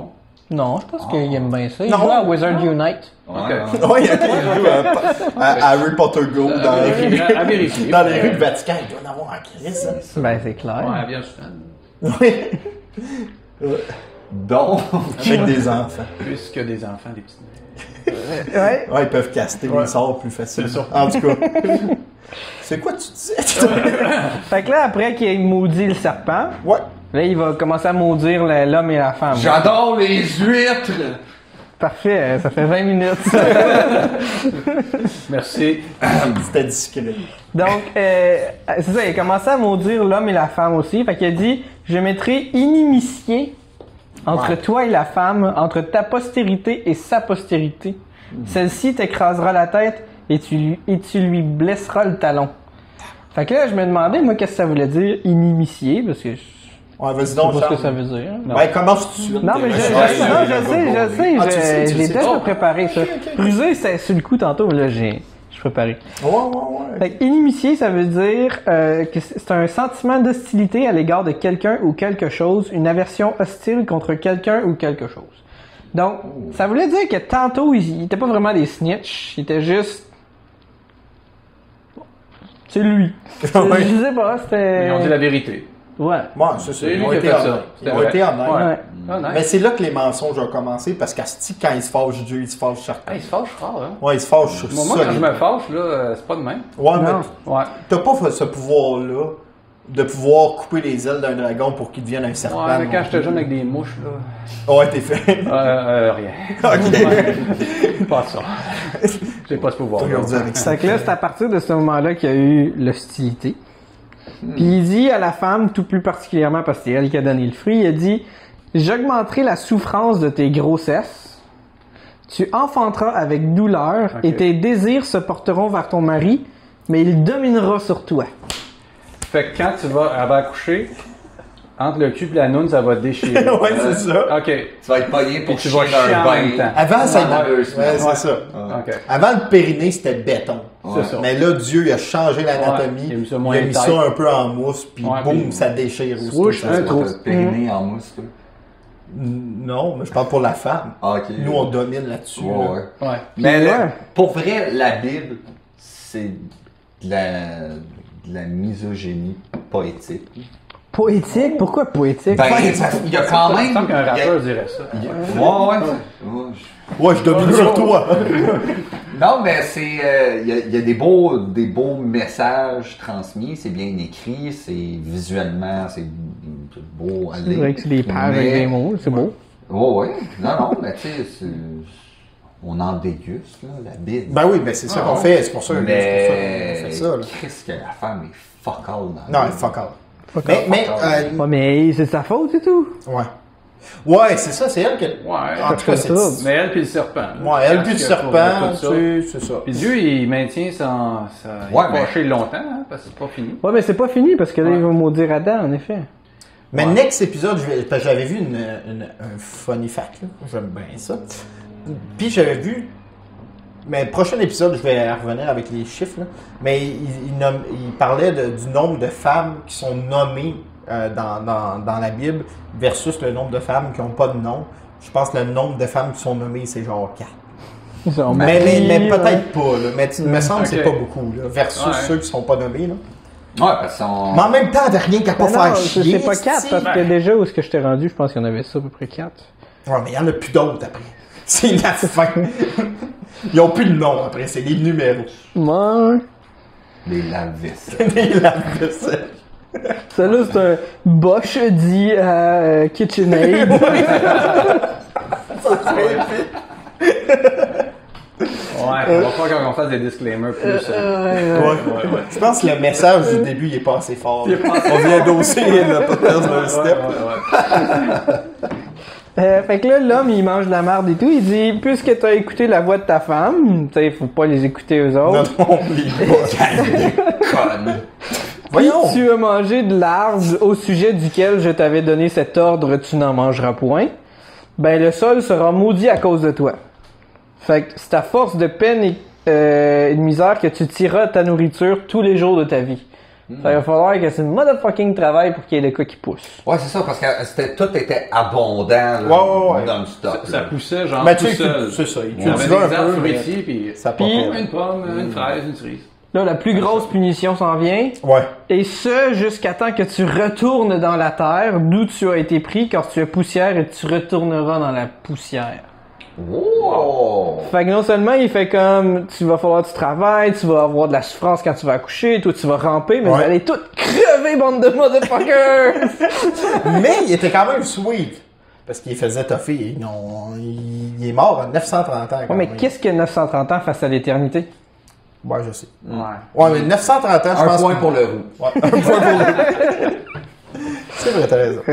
Non, je pense qu'il aime bien ça. Il Non. joue à Wizard Unite. Ok. Oui, ok, il joue à, à- à Harry Potter Go dans, les rues, À vérifier. dans les rues de Vatican. Il doit en avoir en crise. hein. Ben, c'est clair. Ouais, bien sûr. Oui. Donc, Check des enfants. Plus que des enfants, des petits. Ouais. Ouais, ils peuvent caster les sorts plus facilement. C'est ça. En tout cas. C'est quoi tu disais? Fait que là, après qu'il ait maudit le serpent, Ouais. là, il va commencer à maudire le- l'homme et la femme. j'adore les huîtres! Parfait, euh, ça fait vingt minutes. Merci. C'était discret. Donc, euh, c'est ça, il a commencé à maudire l'homme et la femme aussi. Fait qu'il a dit, je mettrai inimitié entre Ouais. toi et la femme, entre ta postérité et sa postérité. Celle-ci t'écrasera la tête et tu, lui, et tu lui blesseras le talon. Fait que là, je me demandais, moi, qu'est-ce que ça voulait dire, inimitié, parce que je Ouais, vas-y sais donc, pas ce que Charles. ça veut dire. Ouais, commence tout de suite. Non, mais je, je, Ouais, sais, non, ouais, je ouais, sais, ouais, je ouais. sais, Ah, tu je- sais, tu je l'ai sais. déjà Oh. préparé, ça. Ok, ok. Rusé, c'est sur le coup tantôt, mais là, j'ai, je suis préparé. Ouais, ouais, ouais. Fait que inimitié, ça veut dire euh, que c'est un sentiment d'hostilité à l'égard de quelqu'un ou quelque chose, une aversion hostile contre quelqu'un ou quelque chose. Donc, ça voulait dire que tantôt, ils n'étaient pas vraiment des snitch, ils étaient juste... C'est lui. C'est- Ouais. Je sais pas, c'était... Ils ont dit la vérité. Ouais. Ouais, c'est ça. C'est Ils lui ont qui a été fait ça. honnêtes. Ils C'était ont vrai. été honnêtes. Ouais. Ouais. Ah, nice. Mais c'est là que les mensonges ont commencé parce qu'Asti, quand ils se fâchent Dieu, ils se fâchent certain. Ah, il se fâche fort, hein. Ouais, ils se fâchent sur Moi, ça. quand je me fâche, là, euh, c'est pas de même. Ouais, Non. mais Ouais. t'as pas ce pouvoir-là de pouvoir couper les ailes d'un dragon pour qu'il devienne un serpent. Ouais, mais non quand plus. j'étais jeune avec des mouches, là. Ouais, t'es fait. Euh, euh, rien. Ok. Pas ça. J'ai pas ce pouvoir. Aujourd'hui avec ça. Fait que là, c'est à partir de ce moment-là qu'il y a eu l'hostilité. Puis il dit à la femme, tout plus particulièrement parce que c'est elle qui a donné le fruit, il a dit « J'augmenterai la souffrance de tes grossesses, tu enfanteras avec douleur, Ok. et tes désirs se porteront vers ton mari, mais il dominera sur toi. Fait que quand tu vas, elle va accoucher, entre le cul et la noune, ça va déchirer. Ouais, c'est ça. Ok. Tu vas être pogné pour Puis tu vas chier dans chier un en même bain. temps. Avant, ça Pendant deux Ouais, semaines. c'est ça. Ok. Avant, le périnée, c'était béton. C'est ça. Mais là, Dieu, il a changé l'anatomie. Ouais, il a mis ça il moins a mis tight. ça un peu en mousse, puis Ouais, boum, puis- ça déchire aussi. Swoosh, Ça un se trou. passe. T'as périnée en mousse, toi. Non, mais je parle pour la femme. Ah, ok. Nous, on domine là-dessus. Ouais, là. ouais. Ouais. Mais Puis, là, ouais. pour vrai, la Bible, c'est de la, de la misogynie poétique. Poétique? Pourquoi poétique? Ben, ça- il y a quand Il me même. semble qu'un il y a- rappeur dirait ça. il y a- Ouais, ouais. ouais, je- Ouais, je domine sur toi. Non, mais c'est. euh, Il y, a- il y a des beaux, des beaux messages transmis, c'est bien écrit, c'est visuellement, c'est c'est beau à C'est lire. vrai que c'est des pages Mais- avec des mots, c'est beau. Ouais, ouais. Non, non, mais tu sais, c'est- on en déguste, là, la Bible. Ben oui, ben c'est ça Ah, qu'on ouais. fait. C'est pour ça c'est pour ça mais. qu'on fait ça. Là. Qu'est-ce que la femme est fuck all dans la Non, Bible. fuck all. Fuck Mais, all. mais, Fuck all. euh, Ouais, mais c'est sa faute, c'est tout. ouais. Ouais, c'est ça, c'est elle qui. Ouais. En tout cas, c'est. ça. Mais elle puis le serpent. là. Ouais, elle Quand puis le il y a serpent, tout ça. c'est c'est ça. Puis Dieu, il maintient son. sa- il Ouais, est mais- fâché longtemps, hein, parce que c'est pas fini. Ouais, mais c'est pas fini parce que là, Ouais. il va maudire Adam, en effet. Mais Ouais. next épisode, je vais- parce que j'avais vu une, une- un funny fact, là. J'aime bien ça. Puis j'avais vu. Mais prochain épisode, je vais revenir avec les chiffres, là. Mais il, il nomme- il parlait de- du nombre de femmes qui sont nommées euh, dans, dans, dans la Bible versus le nombre de femmes qui n'ont pas de nom. Je pense que le nombre de femmes qui sont nommées, c'est genre quatre. Ils sont Mais, mais, mais mariés, peut-être pas, là. Mais il me semble que c'est Ok. pas beaucoup, là. Versus Ouais. ceux qui sont pas nommés, là. Ouais, parce qu'on. Mais en même temps, t'as rien qu'à pas Mais faire non, c'est chier. c'est pas quatre, si. parce que déjà, où est-ce que je t'ai rendu, je pense qu'il y en avait ça à peu près quatre. Ouais, mais il y en a plus d'autres après. C'est la fin. Ils ont plus de nom après, c'est les numéros. Ouais. Les lave-vaisselle. Les lave-vaisselle. Celle-là, c'est un Bosch dit à euh, KitchenAid. Ouais, on va falloir qu'on fasse des disclaimers plus. euh, Ouais. ouais, ouais. Je pense que le message du début, il est pas assez fort. On vient d'osser le podcast d'un step. Ouais, ouais, Euh, fait que là, l'homme, il mange de la merde et tout. Il dit, puisque t'as écouté la voix de ta femme, tu sais, faut pas les écouter eux Non, autres. non, les pas. Conne. Voyons. Tu as mangé de l'arbre au sujet duquel je t'avais donné cet ordre, tu n'en mangeras point. Ben, le sol sera maudit à cause de toi. Fait que c'est à force de peine et, euh, et de misère que tu tireras ta nourriture tous les jours de ta vie. Mm. Ça va falloir que c'est une motherfucking travail pour qu'il y ait le cas qui pousse. Ouais, c'est ça, parce que c'était, tout était abondant, là, ouais, ouais, ouais. non-stop. Ça, ça poussait genre Mais tout tu seul. c'est ça. Il y avait des arbres fruitiers, puis ça Puis- popait. une pomme, une fraise, une cerise. Là, la plus grosse punition s'en vient. Ouais. Et ce, jusqu'à temps que tu retournes dans la terre, d'où tu as été pris, car tu es poussière et tu retourneras dans la poussière. Wow! Fait que non seulement il fait comme, tu vas falloir que tu travailles, tu vas avoir de la souffrance quand tu vas accoucher, toi tu vas ramper, mais Ouais. vous allez toutes crever, bande de motherfuckers! Mais il était quand même sweet. Parce qu'il faisait tougher. Non, il, il est mort à neuf cent trente ans. Quand Ouais, mais même. qu'est-ce que neuf cent trente ans face à l'éternité? Ouais, je sais. Ouais. Ouais, mais neuf cent trente ans, je Un pense. point que- pour le roux. Ouais, un point pour le. C'est vrai, t'as raison.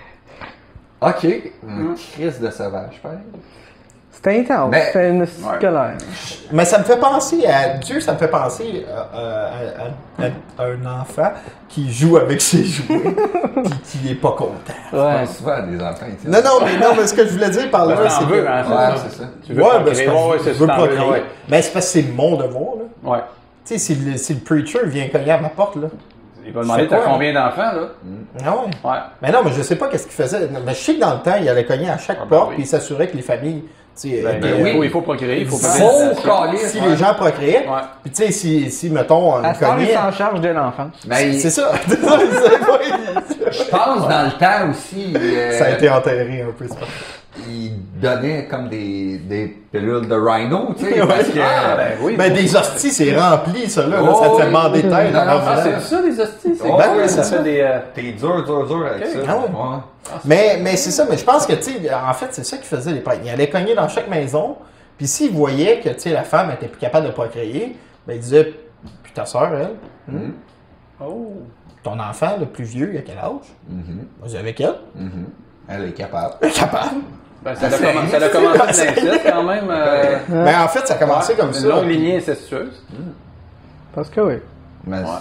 OK. Une crise de sauvage, pareil. C'était intense, Mais- c'était une Ouais. colère. Mais ça me fait penser à Dieu, ça me fait penser à, à- à- à un enfant qui joue avec ses jouets et qui est pas content. Je Ouais. pense souvent à des enfants ici. Non, non, mais non, mais ce que je voulais dire par là, Ben, c'est t'en que. veux, hein, Ouais, c'est c'est ça. ça. Tu veux Ouais, pas ben, c'est créer, parce ouais, que c'est je veux ça, pas t'en veux, créer. ouais. Ben, c'est parce que c'est mon devoir, là. Ouais. Tu sais, si le, si le preacher vient cogner à ma porte, là. Il va demander fais t'as quoi, combien d'enfants, là? Ah ouais. Ouais. Mais non, mais je sais pas qu'est-ce qu'il faisait. Mais je sais que dans le temps, il allait cogner à chaque Ah, ben porte oui. puis il s'assurait que les familles. Tu sais, Ben, étaient- il, faut, il faut procréer, il faut pas Faut caler. si les gens procréaient. Ouais. Puis tu sais, si, si mettons, À un ce temps, il cogné. s'en charge de l'enfance. Mais C'est il- ça. C'est ça, c'est je pense dans le temps aussi, euh, ça a été enterré un peu, c'est pas il donnait comme des, des pilules de rhino, tu sais. Ouais. Parce que, Ah, ben oui. Ben, des hosties, c'est rempli, ça, là. là, Oh, ça te fait oui. bander tête. Non, non, en ça, revenant. C'est ça, les hosties? C'est Oh, ben quoi, oui, ça c'est ça. fait des... euh, T'es dur, dur, dur avec Ok. ça. Ah ouais. Ouais. Mais, mais c'est ça, mais je pense que, tu sais, en fait, c'est ça qu'ils faisaient les prêtres. Ils allaient cogner dans chaque maison, puis s'ils voyaient que, tu sais, la femme était plus capable de procréer, ben, ils disaient, puis ta soeur, elle, Mhm. Oh. ton enfant, le plus vieux, il a quel âge? Mhm. Vas-y avec elle. Mhm. Elle est capable. Elle est capable. Ben, ça, a Ah, c'est- commencé, ça a commencé de l'inceste, quand même. euh, Mais en fait, ça a commencé ouais, comme une ça. longue lignée incestueuse. Parce que oui. Mais... Ouais.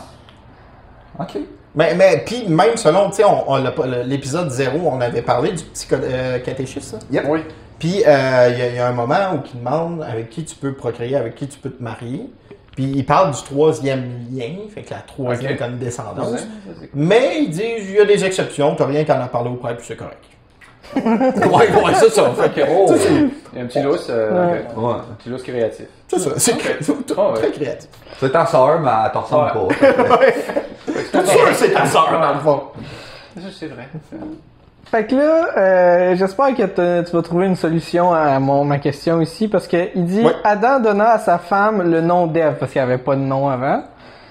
OK. Mais, mais puis même selon, tu sais, on, on l'a pas- le- l'épisode zéro, on avait parlé du petit co- euh, catéchisme, ça. Yep. Oui. Puis euh, il y, a- il y a un moment où il demande avec qui tu peux procréer, avec qui tu peux te marier. Puis il parle du troisième lien, fait que la troisième Ok. comme descendance. Ouais, ça, c'est cool. Mais il dit, il y a des exceptions, t'as rien qu'à en parler au prêtre, puis c'est correct. Ouais, ouais, c'est ça. Fait que, oh. Il y a un petit lousse, euh, Ouais. ok. Ouais. Un petit lousse créatif. C'est ça, c'est Ok. cré- c'est Ah ouais. très créatif. C'est ta soeur, mais elle te ressemble Ouais. pas. T'es sûr que c'est ta soeur, dans le fond. Ça, c'est vrai. Fait que là, euh, j'espère que te- tu vas trouver une solution à mon, ma question ici, parce que il dit Ouais. Adam donna à sa femme le nom d'Ève, parce qu'il n'y avait pas de nom avant,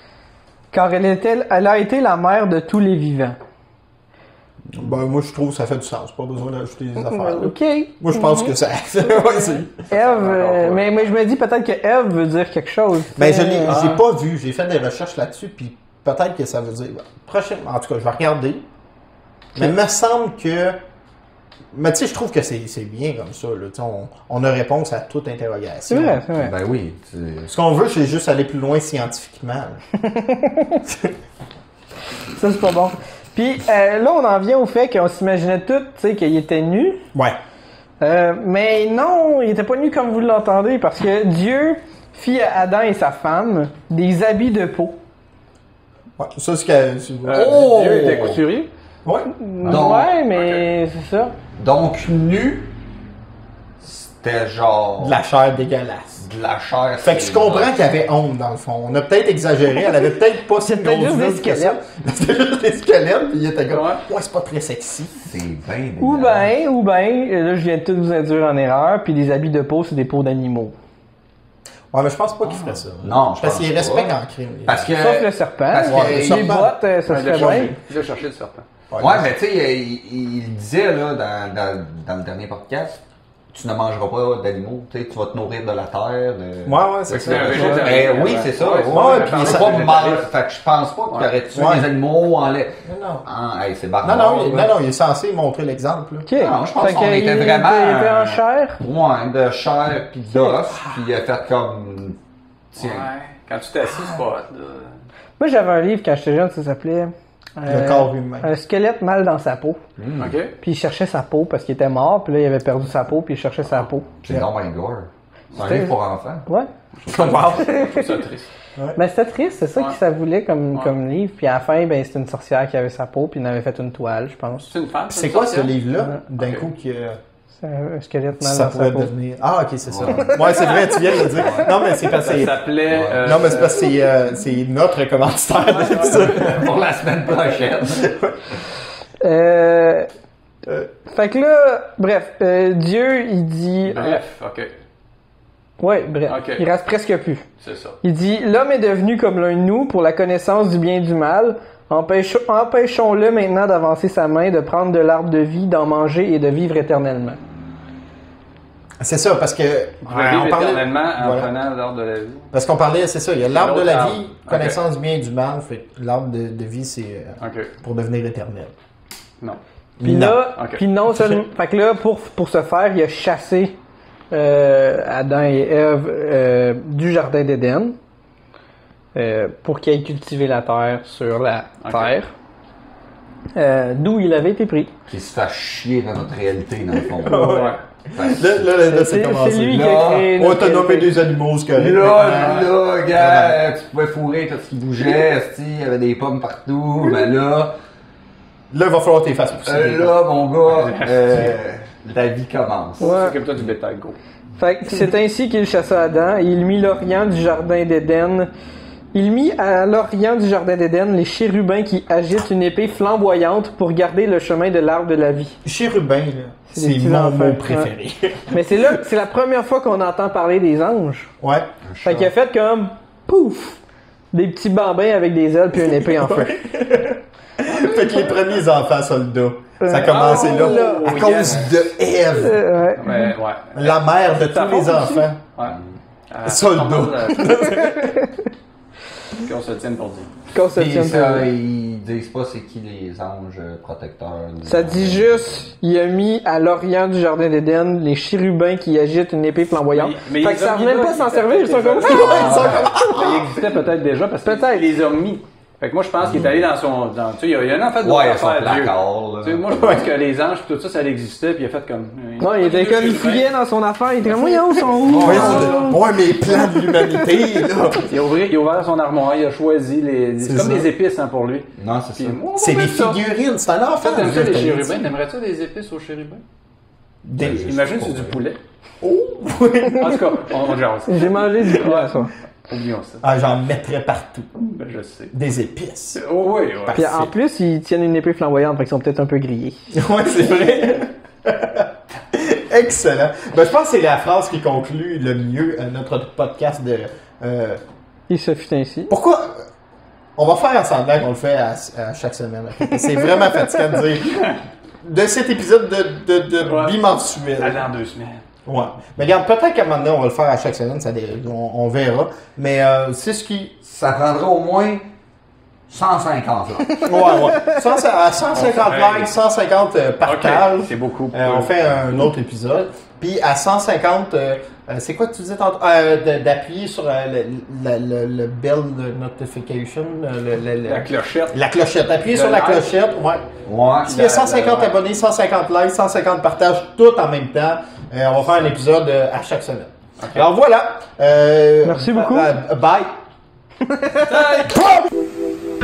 car elle, était, elle a été la mère de tous les vivants. Ben, moi, je trouve que ça fait du sens. Pas besoin d'ajouter des affaires. là. Ok. Moi, je pense que ça. Ouais, c'est- Ève, Encore euh, pas. mais, mais je me dis peut-être que Ève veut dire quelque chose. Ben, je l'ai Euh, j'ai pas vu. J'ai fait des recherches là-dessus, puis peut-être que ça veut dire. Prochaine, en tout cas, je vais regarder. Mais il me semble que. Mais tu sais, je trouve que c'est c'est bien comme ça. Là. Tu sais, On, on a réponse à toute interrogation. C'est vrai, c'est vrai. Ben oui. c'est- Ce qu'on veut, c'est juste aller plus loin scientifiquement. là. Ça, c'est pas bon. Puis euh, là, on en vient au fait qu'on s'imaginait tout, tu sais, qu'il était nu. Ouais. Euh, mais non, il était pas nu comme vous l'entendez, parce que Dieu fit à Adam et sa femme des habits de peau. Ouais. Ça, c'est que. c'est- Euh, Oh! Dieu était couturier. Ouais. Donc- ouais, mais c'est ça. Donc, nu, c'était genre. De la chair dégueulasse. de la chair. Fait que je comprends qu'il y avait honte dans le fond. On a peut-être exagéré. Elle avait peut-être pas si C'était juste des grosse que ça. C'était juste des squelettes, puis il était comme. Ouais. Ouais, c'est pas très sexy. C'est bien Ou dégueulasse. ben, ou ben, euh, là je viens de tout vous induire en erreur, puis des habits de peau, c'est des peaux d'animaux. Ouais, mais je pense pas qu'il ferait ça. Non, je Parce pense qu'il pas. respecte en crime. Parce que. Sauf le serpent. parce que les le serpent- bottes, euh, ça Ouais, se il a fait cherché- bien. Il a cherché le serpent. Ouais, mais tu sais, il, il disait là, dans, dans, dans le dernier podcast, tu ne mangeras pas d'animaux, tu sais, tu vas te nourrir de la terre. De... Ouais, ouais, c'est Fait que ça. c'est un Ouais. végétarien. Ben oui, c'est ça. Ouais, Ouais, c'est ouais, ça. puis puis ça- pas végétarien. mal. Fait que je pense pas qu'il Ouais. aurait tué Ouais. des animaux en lait. Non, non. Ah, hey, c'est Non, barbare. non, il, là. non, non, il est censé montrer l'exemple. là. Ok. Non, je pense Fait qu'on que était il vraiment, Il était euh, en chair. Ouais, de chair pis d'os, puis il a fait comme. Tiens. Ouais. Quand tu t'assis, c'est pas hot, là. Moi j'avais un livre quand j'étais jeune, ça s'appelait euh, Le corps humain. Un squelette mal dans sa peau. Hmm. OK? Puis il cherchait sa peau parce qu'il était mort, puis là il avait perdu sa peau, puis il cherchait sa peau. C'est dans my gore. C'est un livre pour enfants. Ouais. Wow. Je trouve ça triste. Ben, c'était triste, c'est ça Ouais. que ça voulait comme, Ouais. comme livre. Puis à la fin, ben, c'était une sorcière qui avait sa peau, puis il en avait fait une toile, je pense. C'est une femme? C'est une quoi ce sorcière? livre-là, Ouais. d'un Ok. coup, qui, euh, C'est un squelette mal ça dans sa pourrait peau. devenir... Ah, ok, c'est ça. Ouais, c'est vrai, tu viens de le dire. Non, mais c'est parce que Ça c'est... s'appelait... Ouais. euh, Non, mais c'est parce que c'est, euh, c'est notre commanditaire de ça. Pour la semaine prochaine. Euh, Euh, fait que là, bref, euh, Dieu, il dit... Bref, ok. Ouais, bref, Ok. il reste presque plus. C'est ça. Il dit, l'homme est devenu comme l'un de nous pour la connaissance du bien et du mal. Empêchons- Empêchons-le maintenant d'avancer sa main, de prendre de l'arbre de vie, d'en manger et de vivre éternellement. C'est ça, parce que... Vous Ouais, vivre on parlait- éternellement en Voilà. prenant l'ordre de la vie. Parce qu'on parlait, c'est ça, il y a l'arbre de la L'autre vie, arbre. connaissance du bien et du mal, fait que l'arbre de, de vie, c'est euh, Ok. pour devenir éternel. Non. Puis Non. là, Ok. puis non seulement, fait que là, pour, pour ce faire, il a chassé euh, Adam et Ève euh, du jardin d'Éden euh, pour qu'ils aillent cultiver la terre sur la Ok. terre, euh, d'où il avait été pris. Qui se fait chier dans notre réalité, dans le fond. Ouais. Là, là, là, là, c'est C'est commencé. c'est lui qui Là, a créé On notre t'a nommé réalité. des animaux, c'est correct. Là, là, gars, tu pouvais fourrer tout ce qui bougeait, esti, il y avait des pommes partout, mais là, Là, il va falloir tes faces pousser. euh, là, mon gars, euh, la vie commence. Ouais. Occupe-toi du bétail, go. Fait que c'est ainsi qu'il chassa Adam, et il mit l'orient du jardin d'Éden. Il mit à l'orient du jardin d'Éden les chérubins qui agitent une épée flamboyante pour garder le chemin de l'arbre de la vie. Chérubin, là, C'est des c'est petits mon enfants. mot préféré. Mais c'est là, c'est la première fois qu'on entend parler des anges. Ouais. Fait qu'il a fait comme pouf, des petits bambins avec des ailes puis une épée en feu. Fait que les premiers enfants soldats, ça a Euh, commencé oh, là, là. à Oh, cause yes. de Ève, Euh, ouais. Ouais, ouais. la mère de ta tous les faute enfants. Ouais. Euh, Soldat. pas mal, euh, Qu'on se tienne pour dire. Qu'on se Puis tienne ça, pour- ils disent pas c'est qui les anges euh, protecteurs. les Ça anges. dit juste, il a mis à l'orient du jardin d'Éden les chérubins qui agitent une épée flamboyante. Mais- mais fait les que ça zombies, revenait là, pas ils s'en étaient servir, ils sont déjà- comme Ouais, ça. Mais il existait peut-être déjà parce que Peut-être. les a remis. Fait que moi, je pense qu'il est allé dans son. Dans, tu sais, il y a- il y a un enfant de Ouais, d'autres son affaires, Dieu. placard, là. Tu sais, moi, je pense que les anges et tout ça, ça existait, puis il a fait comme. Non, il était comme, il fouillait dans son affaire, il était comme, voyons, ils sont où? Voyons, ouais, mes plans de l'humanité, là. Il a, ouvert, il a ouvert son armoire, il a choisi les. C'est C'est comme ça. des épices hein, pour lui. Non, c'est Puis, ça. moi, on C'est va des mettre ça. figurines, c'est un enfant. Toi, t'aimes ça je les te l'ai chérubins? dit. T'aimerais-ça des épices aux chérubins? Des- Je Imagine sais c'est pas, du ouais. poulet. Oh, oui. En tout cas, on, on jase. J'ai mangé du poids, ça. Oublions ça. Ah, j'en mettrais partout. Ben, je sais. Des épices. Oh, oui, oui. Puis en plus, ils tiennent une épée flamboyante, fait qu'ils sont peut-être un peu grillés. Ouais, c'est vrai. Excellent. Ben, je pense que c'est la phrase qui conclut le mieux euh, notre podcast de... euh, Il se fut ainsi. Pourquoi... On va faire semblant qu'on le fait à, à chaque semaine. ok? C'est vraiment fatigant de dire... De cet épisode de, de, de Ouais. bimensuel. Allez en deux semaines. Ouais. Mais regarde, peut-être qu'à un moment donné, on va le faire à chaque semaine, ça dé- on, on verra. Mais euh, c'est ce qui... Ça prendra au moins cent cinquante là. Ouais, ouais. cent, à cent cinquante Ouais. likes, cent cinquante euh, partages, Ok, c'est beaucoup. euh, on fait un autre épisode. Puis à cent cinquante, euh, euh, c'est quoi que tu disais tantôt? Euh, de- D'appuyer sur euh, le, le, le, le bell notification, euh, le, le- le- La clochette. la clochette. Appuyer De sur la like. clochette, ouais. Ouais. S'il y a cent cinquante abonnés, cent cinquante likes, cent cinquante partages, tout en même temps, euh, on va faire un épisode euh, à chaque semaine. Alors voilà. Euh, Merci beaucoup. euh, bye.